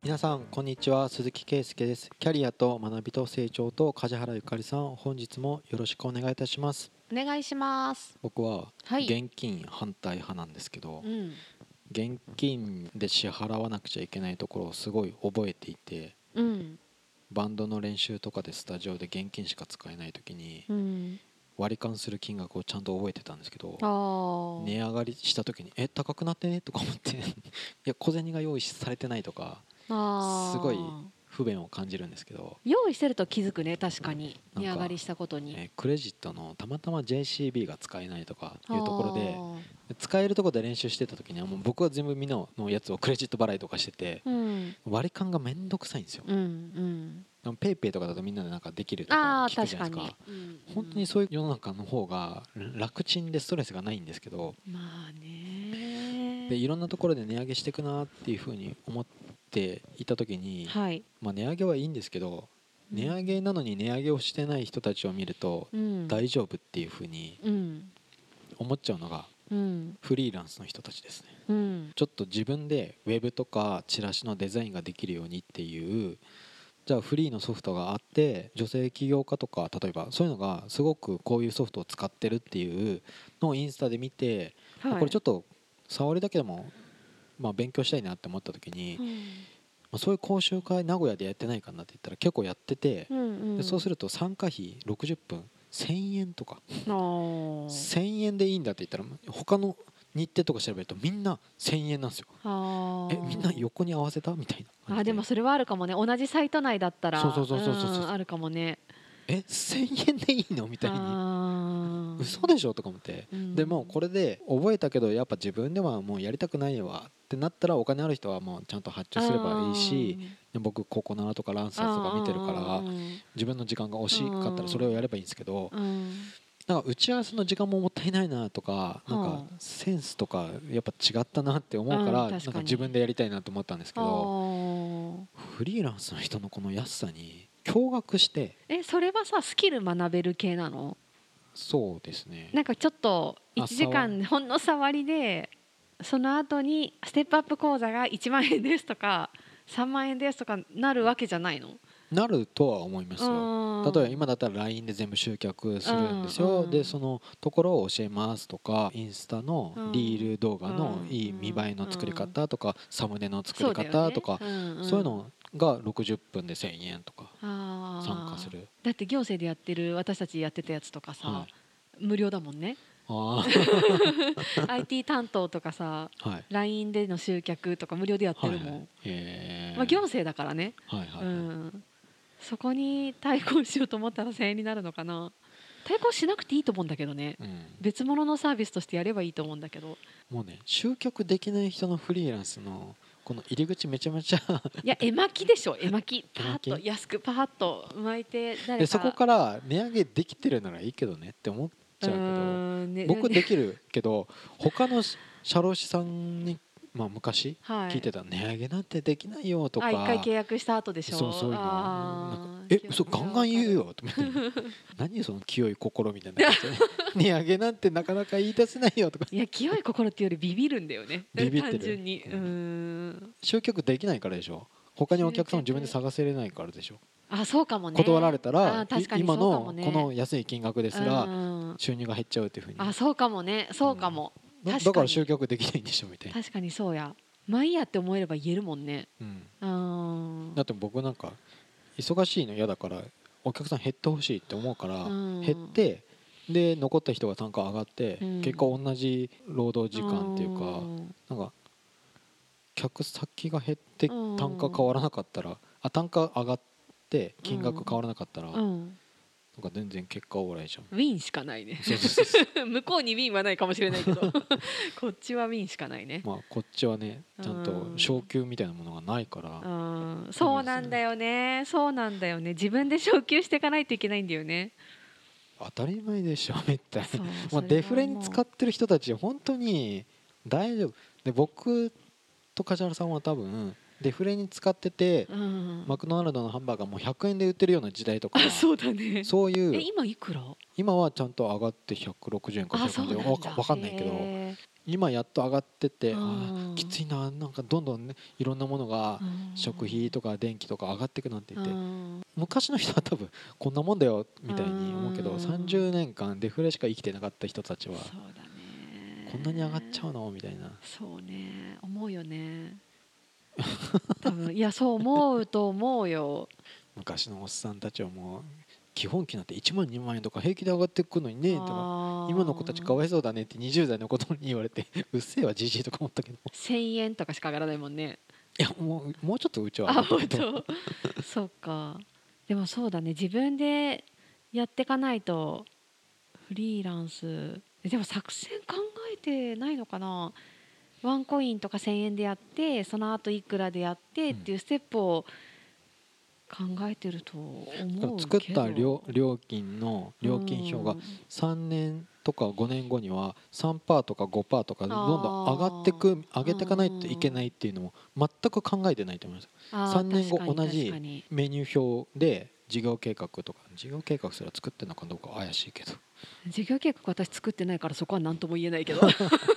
皆さんこんにちは、鈴木圭介です。キャリアと学びと成長と梶原ゆかりさん、本日もよろしくお願いいたします。 お願いします。 僕ははい。 現金反対派なんですけど、 うん。 現金で支払わなくちゃいけないところをすごい覚えていて、 うん。 バンドの練習とかでスタジオで現金しか使えない時にうん。 割り勘する金額をちゃんと覚えてたんですけど、 ああ。 値上がりした時に高くなってねとか思っていや小銭が用意されてないとかすごいああ。 不便を感じるんですけど、 用意してると気づくね、確かに。 なんか値上がりしたことに。 クレジットのたまたま JCB が使えないとかいうところで、 あ使えるところで練習してた時にはもう僕は全部みんなのやつをクレジット払いとかしてて、 あ。うん。 割り勘がめんどくさいんですよ。 うん。 でもペイペイとかだとみんなでなんかできるとかああ、 聞くじ確かに。 ゃないですか。 うん。 本当にそういう世の中の方が楽ちんでストレスがないんですけど、 まあね。 でいろんなところで値上げしていくなっていうふうに思っていた時に、 はい。 値上げはいいんですけど、値上げなのに値上げをしてない人たちを見るとうん。 大丈夫っていうふうにうん。 思っちゃうのがうん。 フリーランスの人たちですね。 うん。 ちょっと自分でウェブとかチラシのデザインができるようにっていう、じゃあフリーのソフトがあって女性起業家とか例えばそういうのがすごくこういうソフトを使ってるっていうのをインスタで見て、 はい。 これちょっと触りだけでも勉強したいなって思った時に、 うん。 そういう講習会名古屋でやってないかなって言ったら結構やってて、 うん。 でそうすると参加費60分1000円とか、 ああ。 1000円でいいんだって言ったら他の日程とか調べるとみんな1000円なんですよ。みんな横に合わせたみたいな感あ、 じで、 でもそれはあるかもね。同じサイト内だったら、あるかもね。 1000円でいいのみたいに嘘でしょとか思って、でもうこれで覚えたけどやっぱ自分ではもうやりたくないわってなったら、お金ある人はもうちゃんと発注すればいいし、で僕ココナラとかランサーズとか見てるから自分の時間が惜しかったらそれをやればいいんですけど、なんか打ち合わせの時間ももったいないなとか、なんかセンスとかやっぱ違ったなって思うから、なんか自分でやりたいなと思ったんですけど、フリーランスの人のこの安さに驚愕して。 それはさ、スキル学べる系なの？ そうですね。 なんかちょっと1時間ほんの触りで、その後にステップアップ講座が1万円ですとか3万円ですとかなるわけじゃないの？ なるとは思いますよ。例えば今だったら LINE で全部集客するんですよ。でそのところを教えますとか、インスタのリール動画のいい見栄えの作り方とか、サムネの作り方とか、そういうのが60分で1000円とか参加する。 だって行政でやってる私たちやってたやつとかさ、無料だもんね。IT 担当とかさ、LINE での集客とか無料でやってるもん。行政だからね。そこに対抗しようと思ったら1000円になるのかな。対抗しなくていいと思うんだけどね、別物のサービスとしてやればいいと思うんだけど。 もうね、集客できない人のフリーランスのこの入り口めちゃめちゃいや絵巻でしょ、絵巻パーッと安くパーッと巻いて誰かでそこから値上げできてるならいいけどねって思っちゃうけど、僕できるけど他の社労士さんに昔聞いてた、値上げなんてできないよとか、 一回契約した後でしょ。 そういうのなんか嘘ガンガン言うよと思って何その清い心みたいな感じで値上げなんてなかなか言い出せないよとか。 いや清い心っていうよりビビるんだよね、 ビビってる、 単純に。 集客できないからでしょ。他にお客さんを自分で探せれないからでしょ。 そうかもね。 断られたら今のこそうかもね、 の安い金額ですら収入が減っちゃうっていうふうに。 そうかもね、そうかも、 だから集客できないんでしょみたいな。 確かにそうや、まあいいやって思えれば言えるもんね。 だって僕なんか忙しいの嫌だからお客さん減ってほしいって思うから、減ってで残った人が単価上がって、結果同じ労働時間っていうか、なんか客先が減って単価変わらなかったら、単価上がって金額変わらなかったら、なんか全然結果オーライじゃん。 ウィンしかないね。向こうにウィンはないかもしれないけどこっちはウィンしかないね。 こっちはねちゃんと昇給みたいなものがないから。 そうなんだよね、そうなんだよね、自分で昇給していかないといけないんだよね。 当たり前でしょみたいな。デフレに使ってる人たち本当に大丈夫で、僕と梶原さんは多分デフレに使ってて、マクドナルドのハンバーガーも100円で売ってるような時代とか、 そうだね、 そういう今いくら？ 今はちゃんと上がって160円か130円分かんないけど、 今やっと上がってて、きついな、なんかどんどんねいろんなものが食費とか電気とか上がっていくなんて言って、昔の人は多分こんなもんだよみたいに思うけど、30年間デフレしか生きてなかった人たちはこんなに上がっちゃうのみたいな。 そうね、思うよね多分。いやそう思うと思うよ。 昔のおっさんたちはもう基本給なんて1万2万円とか平気で上がってくるのにねとか、今の子たちかわいそうだねって20代の子供に言われてうっせえわじじいとか思ったけど、 1000円とかしか上がらないもんね。 いやもうちょっとうちは上がったけどそうか。でもそうだね、自分でやっていかないと。フリーランスでも作戦考えてないのかな。ワンコインとか1000円でやって、その後いくらでやってっていうステップを考えてると思うけど、 作った料金の料金表が3年とか5年後には 3% とか 5% とかどんどん上げていかないといけないっていうのも全く考えてないと思います。3年後同じメニュー表で事業計画とか、事業計画すら作ってるのかどうか怪しいけど、 事業計画私作ってないからそこは何とも言えないけど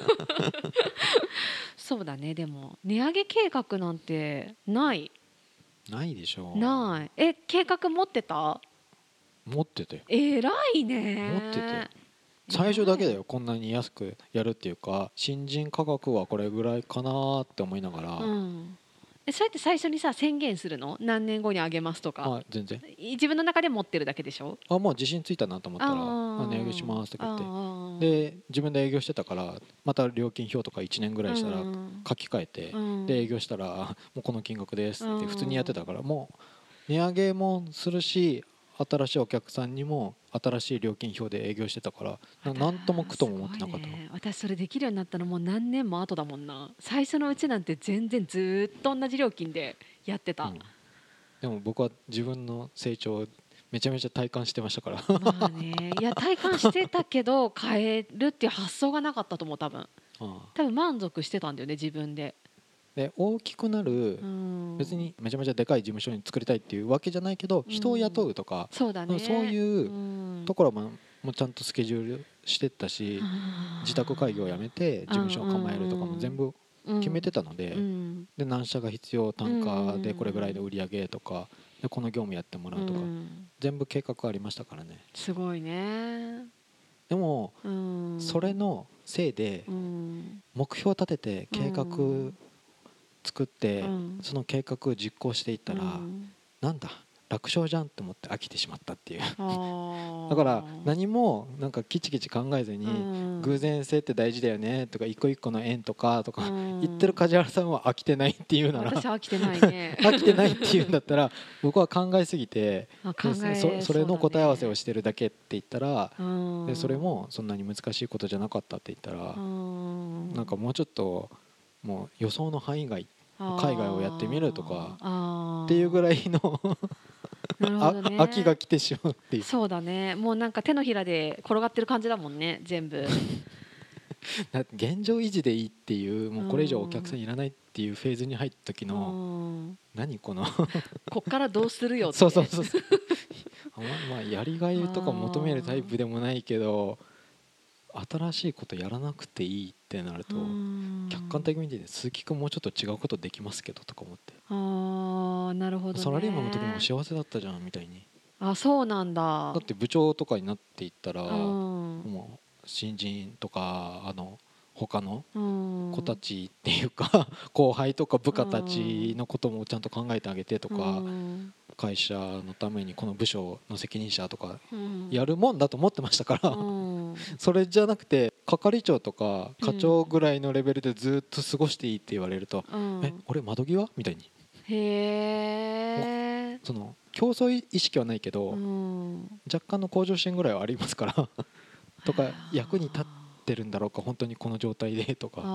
そうだね。でも値上げ計画なんてないでしょう。 ない。計画持ってた？ 持ってて偉いね。 持ってて最初だけだよ、こんなに安くやるっていうか、新人価格はこれぐらいかなって思いながら、 そうやって最初にさ宣言するの？何年後に上げますとか。 全然自分の中で持ってるだけでしょ？ もう自信ついたなと思ったら値上げしますとか言って、で自分で営業してたからまた料金表とか1年ぐらいしたら書き換えて、で営業したらもうこの金額ですって普通にやってたから、もう値上げもするし新しいお客さんにも新しい料金表で営業してたから何とも苦とも思ってなかったの。 私それできるようになったのもう何年も後だもんな。最初のうちなんて全然ずっと同じ料金でやってた、 でも僕は自分の成長をめちゃめちゃ体感してましたからまあね、いや体感してたけど変えるっていう発想がなかったと思う。多分満足してたんだよね自分で。 で大きくなる、別にめちゃめちゃでかい事務所に作りたいっていうわけじゃないけど、人を雇うとか、そういうところもちゃんとスケジュールしてったし、自宅会議をやめて事務所を構えるとかも全部決めてたので、で何社が必要、単価でこれぐらいで売り上げとかでこの業務やってもらうとか、全部計画ありましたからね。 すごいね。 でもそれのせいで目標を立てて計画作って、その計画を実行していったら、なんだ楽勝じゃんって思って飽きてしまったっていうだから何もなんかキチキチ考えずに、偶然性って大事だよねとか一個一個の縁とか言ってる梶原さんは飽きてないっていうなら、 私は飽きてないね飽きてないっていうんだったら僕は考えすぎてそれの答え合わせをしてるだけって言ったら、でそれもそんなに難しいことじゃなかったって言ったら、なんかもうちょっともう予想の範囲外、海外をやってみるとかっていうぐらいの飽きが来てしまうっていう。 そうだね、もうなんか手のひらで転がってる感じだもんね全部だって現状維持でいいっていう、もうこれ以上お客さんいらないっていうフェーズに入った時の何このこっからどうするよってそうまあやりがいとか求めるタイプでもないけど、新しいことやらなくていいってなると客観的に見て鈴木君もうちょっと違うことできますけどとか思って、 なるほどね、 サラリーマンの時も幸せだったじゃんみたいに。 そうなんだ。 だって部長とかになっていったら、もう新人とか他の子たちっていうか後輩とか部下たちのこともちゃんと考えてあげてとか、会社のためにこの部署の責任者とかやるもんだと思ってましたからそれじゃなくて係長とか課長ぐらいのレベルでずっと過ごしていいって言われると、俺窓際みたいに。その競争意識はないけど、若干の向上心ぐらいはありますからとか、役に立ってるんだろうか本当にこの状態でとか、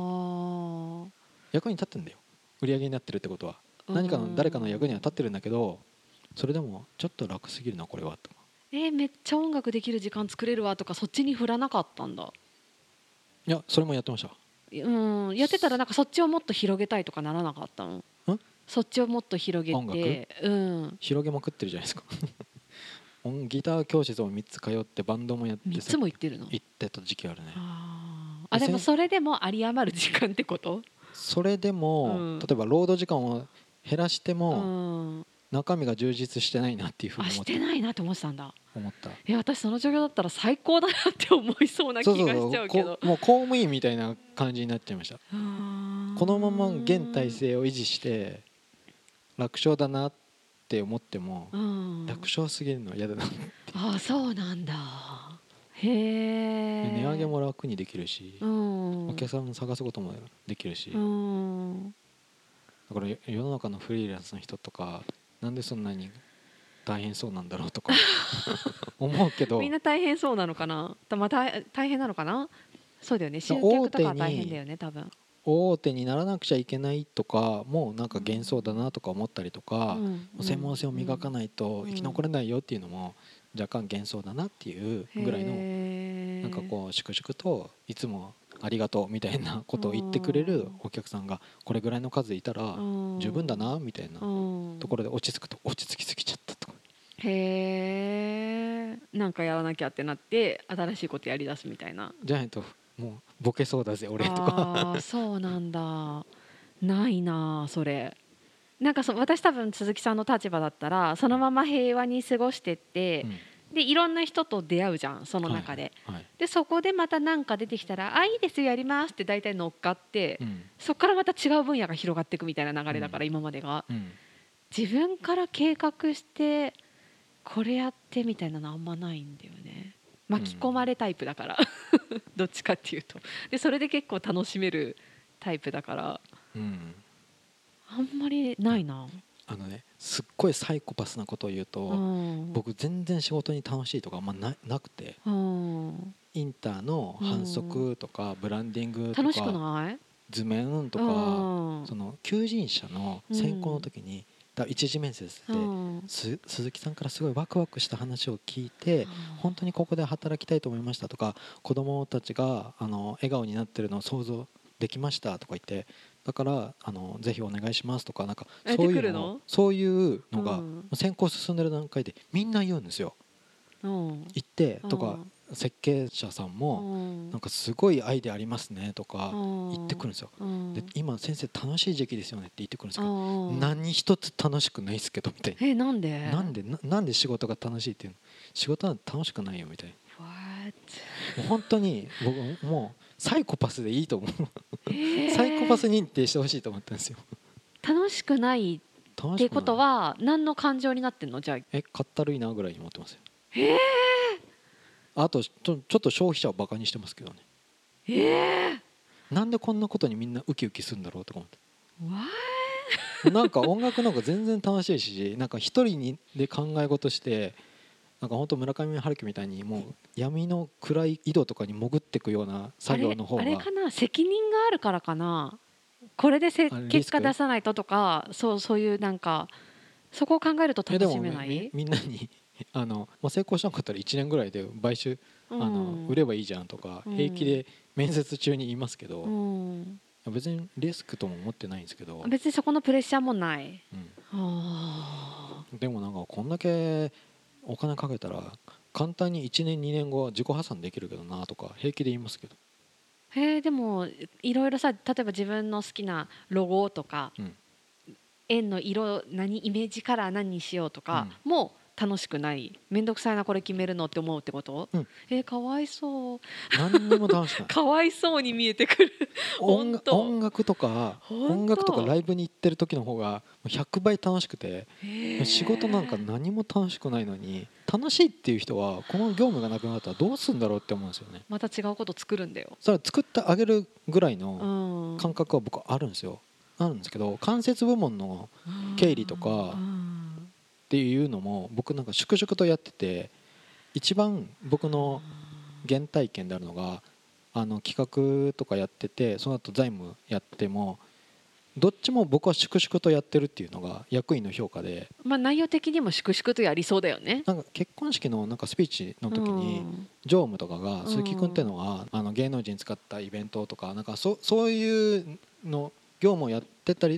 役に立ってるんだよ、売り上げになってるってことは何かの誰かの役には立ってるんだけど、それでもちょっと楽すぎるなこれはとか、 めっちゃ音楽できる時間作れるわとかそっちに振らなかったんだ。 いやそれもやってました。 やってたらなんかそっちをもっと広げたいとかならなかったの？そっちをもっと広げて、 音楽、広げまくってるじゃないですかギター教室を3つ通ってバンドもやって、 3つも行ってるの？ 行ってた時期あるね。 あでもそれでも有り余る時間ってこと？ それでも、例えば労働時間を減らしても、中身が充実してないなっていうふうに思って。 してないなと思ってたんだ。 思った。 私その状況だったら最高だなって思いそうな気がしちゃうけど。 もう公務員みたいな感じになっちゃいました。このまま現体制を維持して楽勝だなって思っても、楽勝すぎるのは嫌だなって。 あ、そうなんだ。へえ。 値上げも楽にできるし、お客さんを探すこともできるし、だから世の中のフリーランスの人とかなんでそんなに大変そうなんだろうとか思うけど、 みんな大変そうなのかな、まあ、大変なのかな。そうだよね、集客とか大変だよね多分。 大手にならなくちゃいけないとかもなんか幻想だなとか思ったりとか、専門性を磨かないと生き残れないよっていうのも若干幻想だなっていうぐらいの、なんかこう粛々といつもありがとうみたいなことを言ってくれるお客さんがこれぐらいの数いたら十分だなみたいなところで落ち着きすぎちゃったとか。 へえ。なんかやらなきゃってなって新しいことやりだすみたいな。 じゃないともうボケそうだぜ俺とか。 あ、そうなんだ。ないなそれ。なんか私多分鈴木さんの立場だったらそのまま平和に過ごしてって、でいろんな人と出会うじゃんその中で、でそこでまた何か出てきたら「あ、いいですよやります」って大体乗っかって、そこからまた違う分野が広がっていくみたいな流れだから、今までが、自分から計画してこれやってみたいなのあんまないんだよね。巻き込まれタイプだからどっちかっていうと。でそれで結構楽しめるタイプだから、あんまりないな。 すっごいサイコパスなことを言うと、僕全然仕事に楽しいとかあんまなくて、インターの反則とかブランディングとか楽しくない？ 図面とか、その求人者の選考の時に、一次面接で鈴木さんからすごいワクワクした話を聞いて、本当にここで働きたいと思いましたとか、子どもたちが笑顔になってるのを想像できましたとか言って、だからぜひお願いしますとか、なんかそういうのが選考進んでる段階でみんな言うんですよ。言ってとか、設計者さんもなんかすごいアイデアありますねとか言ってくるんですよ。で今先生楽しい時期ですよねって言ってくるんですけど、何一つ楽しくないですけどみたいな。なんで仕事が楽しいっていうの、仕事なんて楽しくないよみたいな。もう本当に僕もうサイコパスでいいと思うサイコパス認定してほしいと思ったんですよ。 楽しくないってことは何の感情になってんの？じゃあかったるいなぐらいに思ってますよ。あとちょっと消費者をバカにしてますけどね。なんでこんなことにみんなウキウキするんだろうとか思ってなんか音楽の方が全然楽しいし、なんか一人で考え事して、なんか本当村上春樹みたいにもう闇の暗い井戸とかに潜っていくような作業の方が、 あれかな、責任があるからかな。これで結果出さないととか、そういうなんかそこを考えると楽しめない。 みんなに成功しなかったら1年ぐらいで買収売ればいいじゃんとか平気で面接中に言いますけど、別にリスクとも思ってないんですけど、 別にそこのプレッシャーもない、 でもなんかこんだけお金かけたら簡単に1年2年後は自己破産できるけどなとか平気で言いますけど。 でもいろいろさ、例えば自分の好きなロゴとか、円の色イメージカラー何にしようとか、もう楽しくない、めんどくさいなこれ決めるのって思うってこと？かわいそう。 何にも楽しくないかわいそうに見えてくる音楽とかライブに行ってる時の方が100倍楽しくて、仕事なんか何も楽しくないのに楽しいっていう人はこの業務がなくなったらどうするんだろうって思うんですよね。 また違うこと作るんだよ。 それは作ってあげるぐらいの感覚は僕はあるんですよ。あるんですけど、間接部門の経理とかっていうのも僕なんか粛々とやってて、一番僕の原体験であるのが企画とかやってて、その後財務やってもどっちも僕は粛々とやってるっていうのが役員の評価で、 内容的にも粛々とやりそうだよね。 なんか結婚式のなんかスピーチの時に常務とかが鈴木君っていうのは芸能人使ったイベントとかなんかそういうの業務をやってたり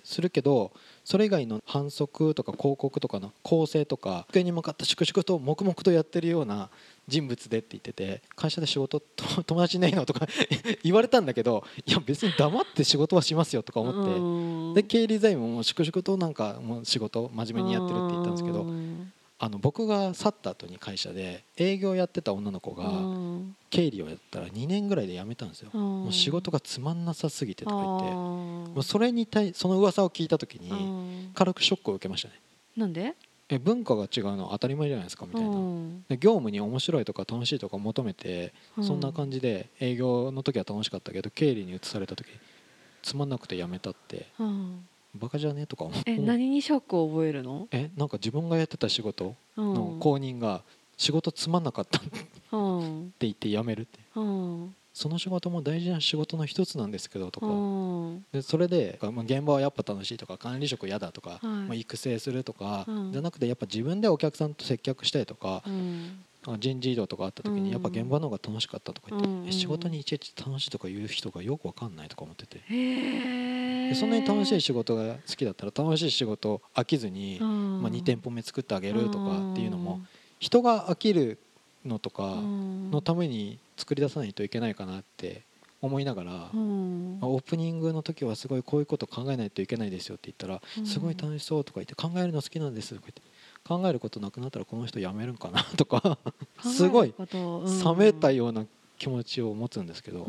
するけど、それ以外の反則とか広告とかの構成とか机に向かって粛々と黙々とやってるような人物でって言ってて、会社で仕事友達いないのとか言われたんだけど、いや別に黙って仕事はしますよとか思って、で経理財務も粛々となんかもう仕事真面目にやってるって言ったんですけど、僕が去った後に会社で営業やってた女の子が経理をやったら2年ぐらいで辞めたんですよ。もう仕事がつまんなさすぎてとか言って、もうその噂を聞いた時に軽くショックを受けましたね。 なんで？ 文化が違うのは当たり前じゃないですかみたいな。で業務に面白いとか楽しいとか求めて、そんな感じで営業の時は楽しかったけど経理に移された時つまんなくて辞めたって、バカじゃねとか思う。 何にショックを覚えるの？ なんか自分がやってた仕事の後任が仕事つまんなかったって言って辞めるって、その仕事も大事な仕事の一つなんですけどとか、でそれで現場はやっぱ楽しいとか管理職嫌だとか、育成するとかじゃなくて、やっぱ自分でお客さんと接客したいとか、人事異動とかあった時にやっぱ現場の方が楽しかったとか言って、仕事にいちいち楽しいとか言う人がよく分かんないとか思ってて、でそんなに楽しい仕事が好きだったら楽しい仕事飽きずに、2店舗目作ってあげるとかっていうのも、人が飽きるのとかのために作り出さないといけないかなって思いながら、オープニングの時はすごいこういうこと考えないといけないですよって言ったら、すごい楽しそうとか言って、考えるの好きなんですとか言って、考えることなくなったらこの人辞めるんかなとかすごい冷めたような気持ちを持つんですけど、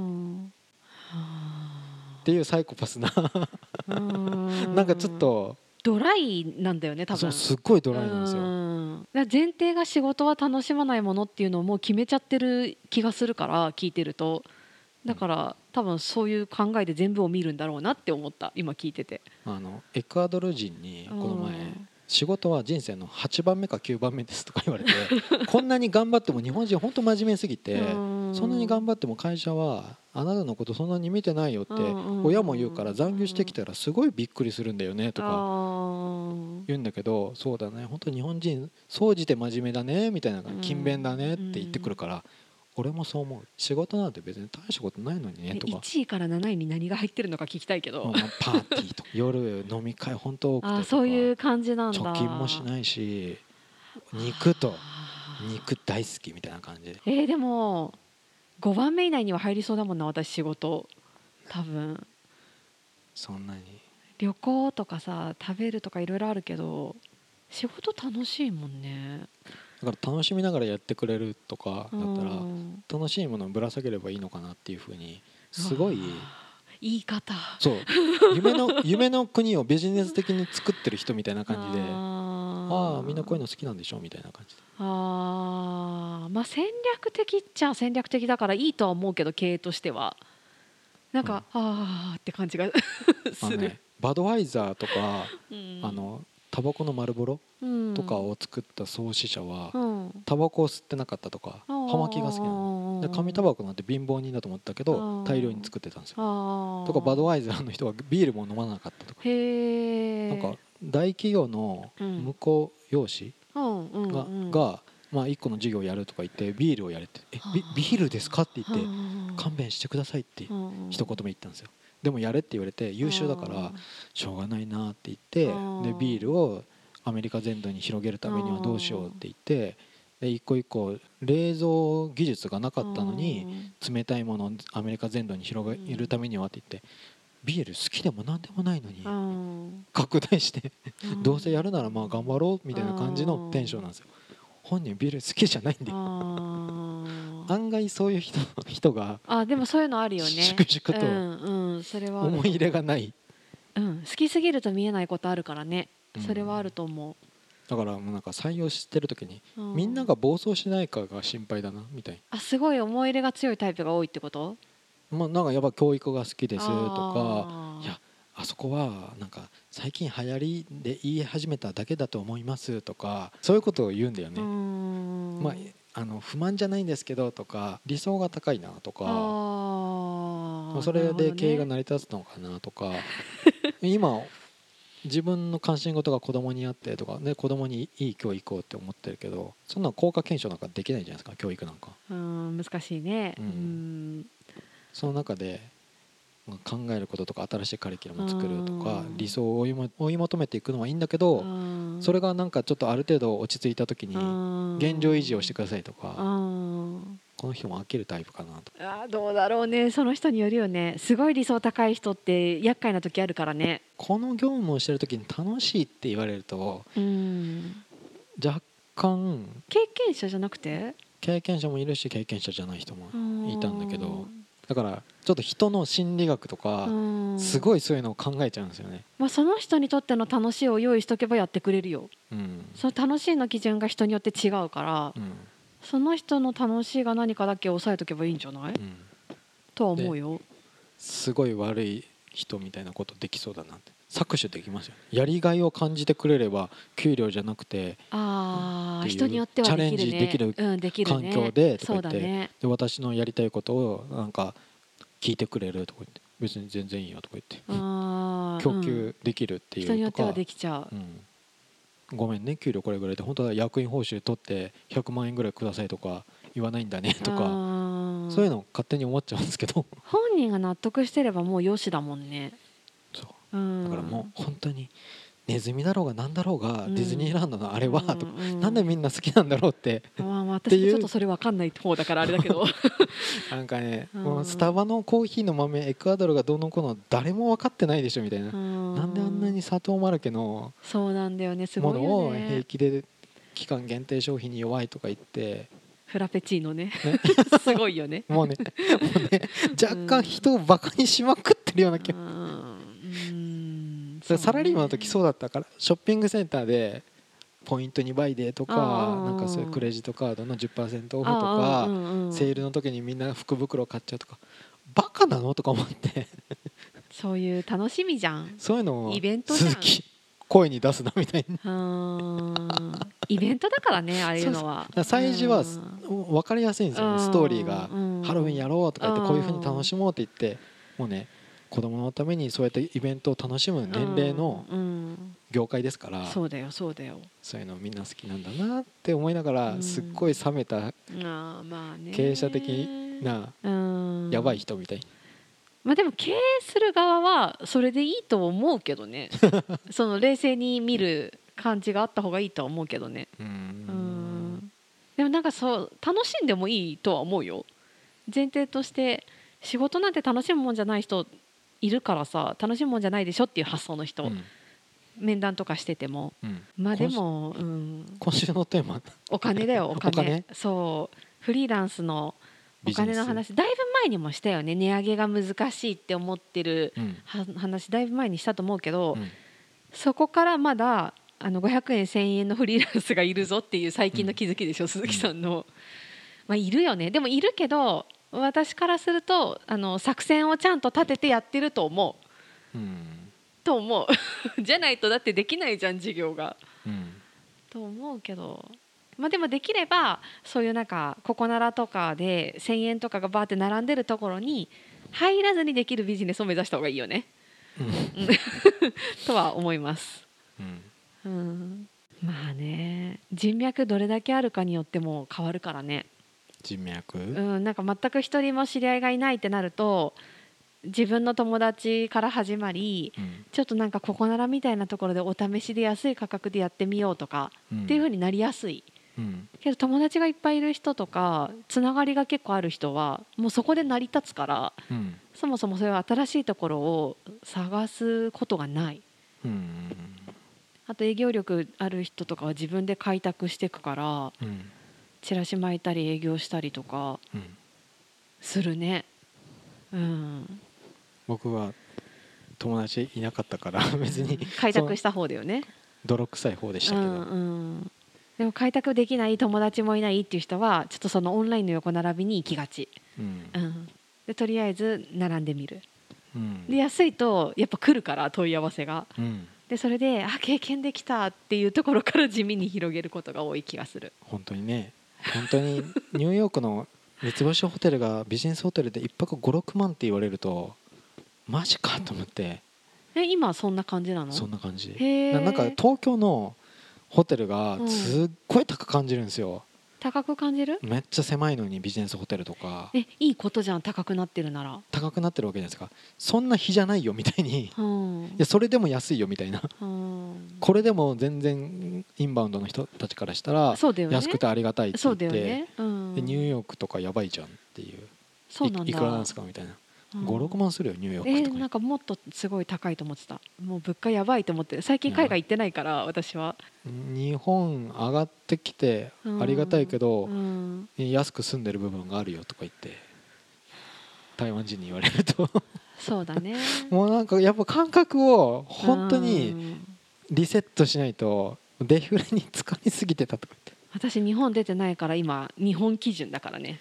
っていうサイコパスななんかちょっとドライなんだよね多分。 そうすっごいドライなんですよ。 前提が仕事は楽しまないものっていうのをもう決めちゃってる気がするから、聞いてると。だから多分そういう考えで全部を見るんだろうなって思った今聞いてて。 エクアドル人にこの前仕事は人生の8番目か9番目ですとか言われてこんなに頑張っても日本人本当真面目すぎて、そんなに頑張っても会社はあなたのことそんなに見てないよって親も言うから、残業してきたらすごいびっくりするんだよねとか言うんだけど、そうだね本当日本人総じて真面目だねみたいな、勤勉だねって言ってくるから、俺もそう思う。仕事なんて別に大したことないのにねとか。 1位から7位に何が入ってるのか聞きたいけど、 パーティーとか夜飲み会本当多くてとか、 そういう感じなんだ。 貯金もしないし、肉大好きみたいな感じで。でも5番目以内には入りそうだもんな私仕事多分。 そんなに旅行とかさ食べるとかいろいろあるけど仕事楽しいもんね。 だから楽しみながらやってくれるとかだったら楽しいものをぶら下げればいいのかなっていうふうに、すごい言い方そう夢の国をビジネス的に作ってる人みたいな感じで、ああみんなこういうの好きなんでしょみたいな感じで、 まあ戦略的っちゃ戦略的だからいいとは思うけど、経営としてはなんか、って感じがする。 バドワイザーとか、タバコの丸ボロとかを作った創始者はタバコを吸ってなかったとか、葉巻が好きなので、紙タバコなんて貧乏人だと思ったけど大量に作ってたんですよ。とかバドワイザーの人はビールも飲まなかったとか、なんか大企業の向こう用紙が1個の事業をやるとか言ってビールをやれって、ビールですかって言って勘弁してくださいって一言目言ったんですよ。でもやれって言われて優秀だからしょうがないなって言って、でビールをアメリカ全土に広げるためにはどうしようって言って、で一個一個冷蔵技術がなかったのに冷たいものをアメリカ全土に広げるためにはって言って、ビール好きでも何でもないのに拡大してどうせやるならまあ頑張ろうみたいな感じのテンションなんですよ。本人ビール好きじゃないんで案外そういう人がでもそういうのあるよね。 粛々とそれは思い入れがない、 好きすぎると見えないことあるからね。それはあると思う。 だからもうなんか採用してる時にみんなが暴走しないかが心配だなみたいな。 すごい思い入れが強いタイプが多いってこと？ なんかやっぱ教育が好きですとか、いやあそこはなんか最近流行りで言い始めただけだと思いますとか、そういうことを言うんだよね。不満じゃないんですけどとか、理想が高いなとか、それで経営が成り立つのかなとか今自分の関心事が子供にあってとかね、子供にいい教育をって思ってるけど、そんな効果検証なんかできないじゃないですか、教育なんか。 難しいね。 その中で考えることとか新しいカリキュラムを作るとか理想を追い求めていくのはいいんだけど、それがなんかちょっとある程度落ち着いた時に現状維持をしてくださいとか、この人も飽きるタイプかなと。 どうだろうね、その人によるよね。すごい理想高い人って厄介な時あるからね。 この業務をしてる時に楽しいって言われると若干。 経験者じゃなくて？ 経験者もいるし経験者じゃない人もいたんだけど、だからちょっと人の心理学とかすごいそういうのを考えちゃうんですよね。 その人にとっての楽しいを用意しとけばやってくれるよ。その楽しいの基準が人によって違うから、その人の楽しいが何かだけ押さえとけばいいんじゃない、とは思うよ。 すごい悪い人みたいなことできそうだなって。搾取できますよね。やりがいを感じてくれれば給料じゃなくて人によってはできるね、 チャレンジできる環境でとか言って、で私のやりたいことをなんか聞いてくれるとか言って、別に全然いいよとか言って供給できるっていうとか、 人によってはできちゃう、ごめんね給料これぐらいで本当は役員報酬取って100万円ぐらいくださいとか言わないんだねとか、そういうの勝手に思っちゃうんですけど、 本人が納得してればもうよしだもんね。 そうだからもう本当にネズミだろうが何だろうがディズニーランドのあれはとか、なんでみんな好きなんだろうって、 私もちょっとそれ分かんない方だからあれだけどなんかね、もうスタバのコーヒーの豆エクアドルがどうのこうの誰も分かってないでしょみたいな、なんであんなに砂糖まるけのものを平気で期間限定商品に弱いとか言ってフラペチーノねすごいよねもうね若干人をバカにしまくってるような気が、サラリーマンの時そうだったから、ショッピングセンターでポイント2倍でとか、なんかそういうクレジットカードの 10% オフとか、セールの時にみんな福袋買っちゃうとか、バカなのとか思ってそういう楽しみじゃん、 そういうのをイベントじゃん、 声に出すなみたいなイベントだからね、ああいうのは。 催事は分かりやすいんですよね、ストーリーが。ハロウィンやろうとか言ってこういう風に楽しもうって言って、もうね子供のためにそうやってイベントを楽しむ年齢の業界ですから、 そうだよそうだよ、 そういうのみんな好きなんだなって思いながら、すっごい冷めた経営者的なやばい人みたい。 でも経営する側はそれでいいと思うけどねその冷静に見る感じがあった方がいいとは思うけどね。でもなんかそう楽しんでもいいとは思うよ。前提として仕事なんて楽しむもんじゃない人いるからさ、楽しむもんじゃないでしょっていう発想の人、面談とかしてても、でも、 今週のテーマお金だよお金そうフリーランスのお金の話だいぶ前にもしたよね。値上げが難しいって思ってる話だいぶ前にしたと思うけど、そこからまだ500円1000円のフリーランスがいるぞっていう最近の気づきでしょ、鈴木さんの。いるよね。でもいるけど私からすると作戦をちゃんと立ててやってると思う、と思うじゃないとだってできないじゃん事業が、と思うけど、でもできればそういうなんかココナラとかで1000円とかがバーって並んでるところに入らずにできるビジネスを目指した方がいいよね、とは思います。まあね、人脈どれだけあるかによっても変わるからね。 人脈、 なんか全く一人も知り合いがいないってなると自分の友達から始まり、ちょっとなんかココナラみたいなところでお試しで安い価格でやってみようとか、っていう風になりやすい、けど友達がいっぱいいる人とかつながりが結構ある人はもうそこで成り立つから、そもそもそういう新しいところを探すことがない、あと営業力ある人とかは自分で開拓していくから、チラシ巻いたり営業したりとかするね。 僕は友達いなかったから別に開拓した方だよね。 泥臭い方でしたけど、 でも開拓できない友達もいないっていう人はちょっとそのオンラインの横並びに行きがち、でとりあえず並んでみる、で安いとやっぱ来るから問い合わせが、でそれで経験できたっていうところから地味に広げることが多い気がする。 本当にね、本当にニューヨークの三つ星ホテルがビジネスホテルで1泊5、6万って言われるとマジかと思って。 今そんな感じなの？ そんな感じ。なんか東京のホテルがすっごい高く感じるんですよ。 高く感じる？ めっちゃ狭いのにビジネスホテルとか。 いいことじゃん、高くなってるなら。 高くなってるわけじゃないですか。そんな日じゃないよみたいに、いやそれでも安いよみたいな、これでも全然インバウンドの人たちからしたら安くてありがたいって言って、でニューヨークとかやばいじゃんっていう、いくらなんですかみたいな。5、6万するよニューヨークとか。 なんかもっとすごい高いと思ってた。もう物価やばいと思ってる。最近海外行ってないから私は。 日本上がってきてありがたいけど、安く住んでる部分があるよとか言って台湾人に言われるとそうだね。 もうなんかやっぱ感覚を本当にリセットしないと、デフレに使いすぎてたとか言って。 私日本出てないから今日本基準だからね。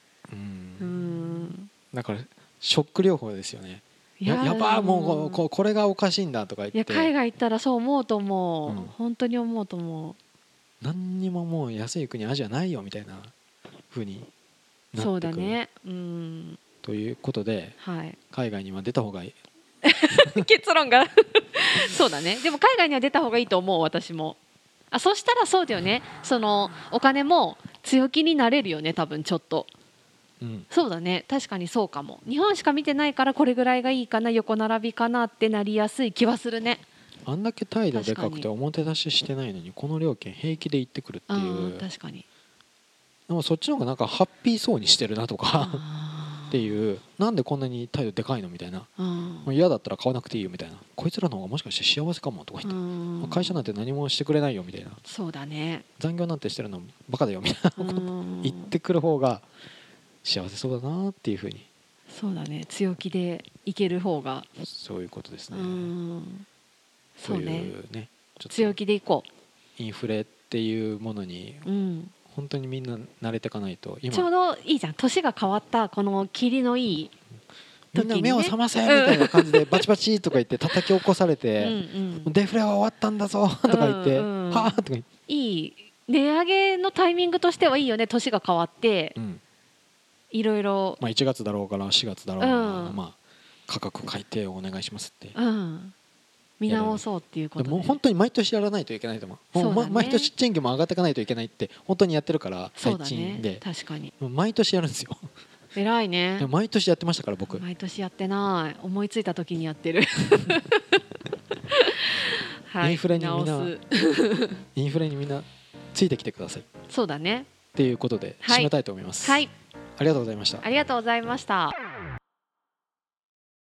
だからショック療法ですよね。やばい、もうこれがおかしいんだとか言って。 いや海外行ったらそう思うと思う、本当に思うと思う。 何にももう安い国アジアないよみたいな風になってくる。 そうだね。 ということで、海外には出た方がいい結論がそうだね。でも海外には出た方がいいと思う、私も。そしたらそうだよね、そのお金も強気になれるよね、多分ちょっと。そうだね、確かにそうかも。日本しか見てないからこれぐらいがいいかな、横並びかなってなりやすい気はするね。 あんだけ態度でかくて表出ししてないのにこの料金平気で言ってくるっていう。 確かに。 でもそっちの方がなんかハッピーそうにしてるなとかっていう、なんでこんなに態度でかいのみたいな、嫌だったら買わなくていいよみたいな、こいつらの方がもしかして幸せかもとか言って、会社なんて何もしてくれないよみたいな、 そうだね、 残業なんてしてるのバカだよみたいなこと言ってくる方が幸せそうだなっていうふうに。 そうだね、強気でいける方が。 そういうことですね。 そうね、強気でいこう。インフレっていうものに本当にみんな慣れていかないと。 今ちょうどいいじゃん、年が変わったこの霧のいいみんな目を覚ませみたいな感じでバチバチとか言って叩き起こされて、デフレは終わったんだぞとか言って、はあとか言って、 いい値上げのタイミングとしてはいいよね。年が変わっていろいろ、 1月だろうから4月だろうから価格改定をお願いしますって、 見直そうっていうことで、 もう本当に毎年やらないといけないと思う。毎年賃金も上がっていかないといけないって本当にやってるから、最賃で。 確かに毎年やるんですよ。 偉いね。 毎年やってましたから僕。 毎年やってない。思いついた時にやってるインフレにみんなついてきてください。 そうだね。 っていうことで締めたいと思います。はい、ありがとうございました。 ありがとうございました。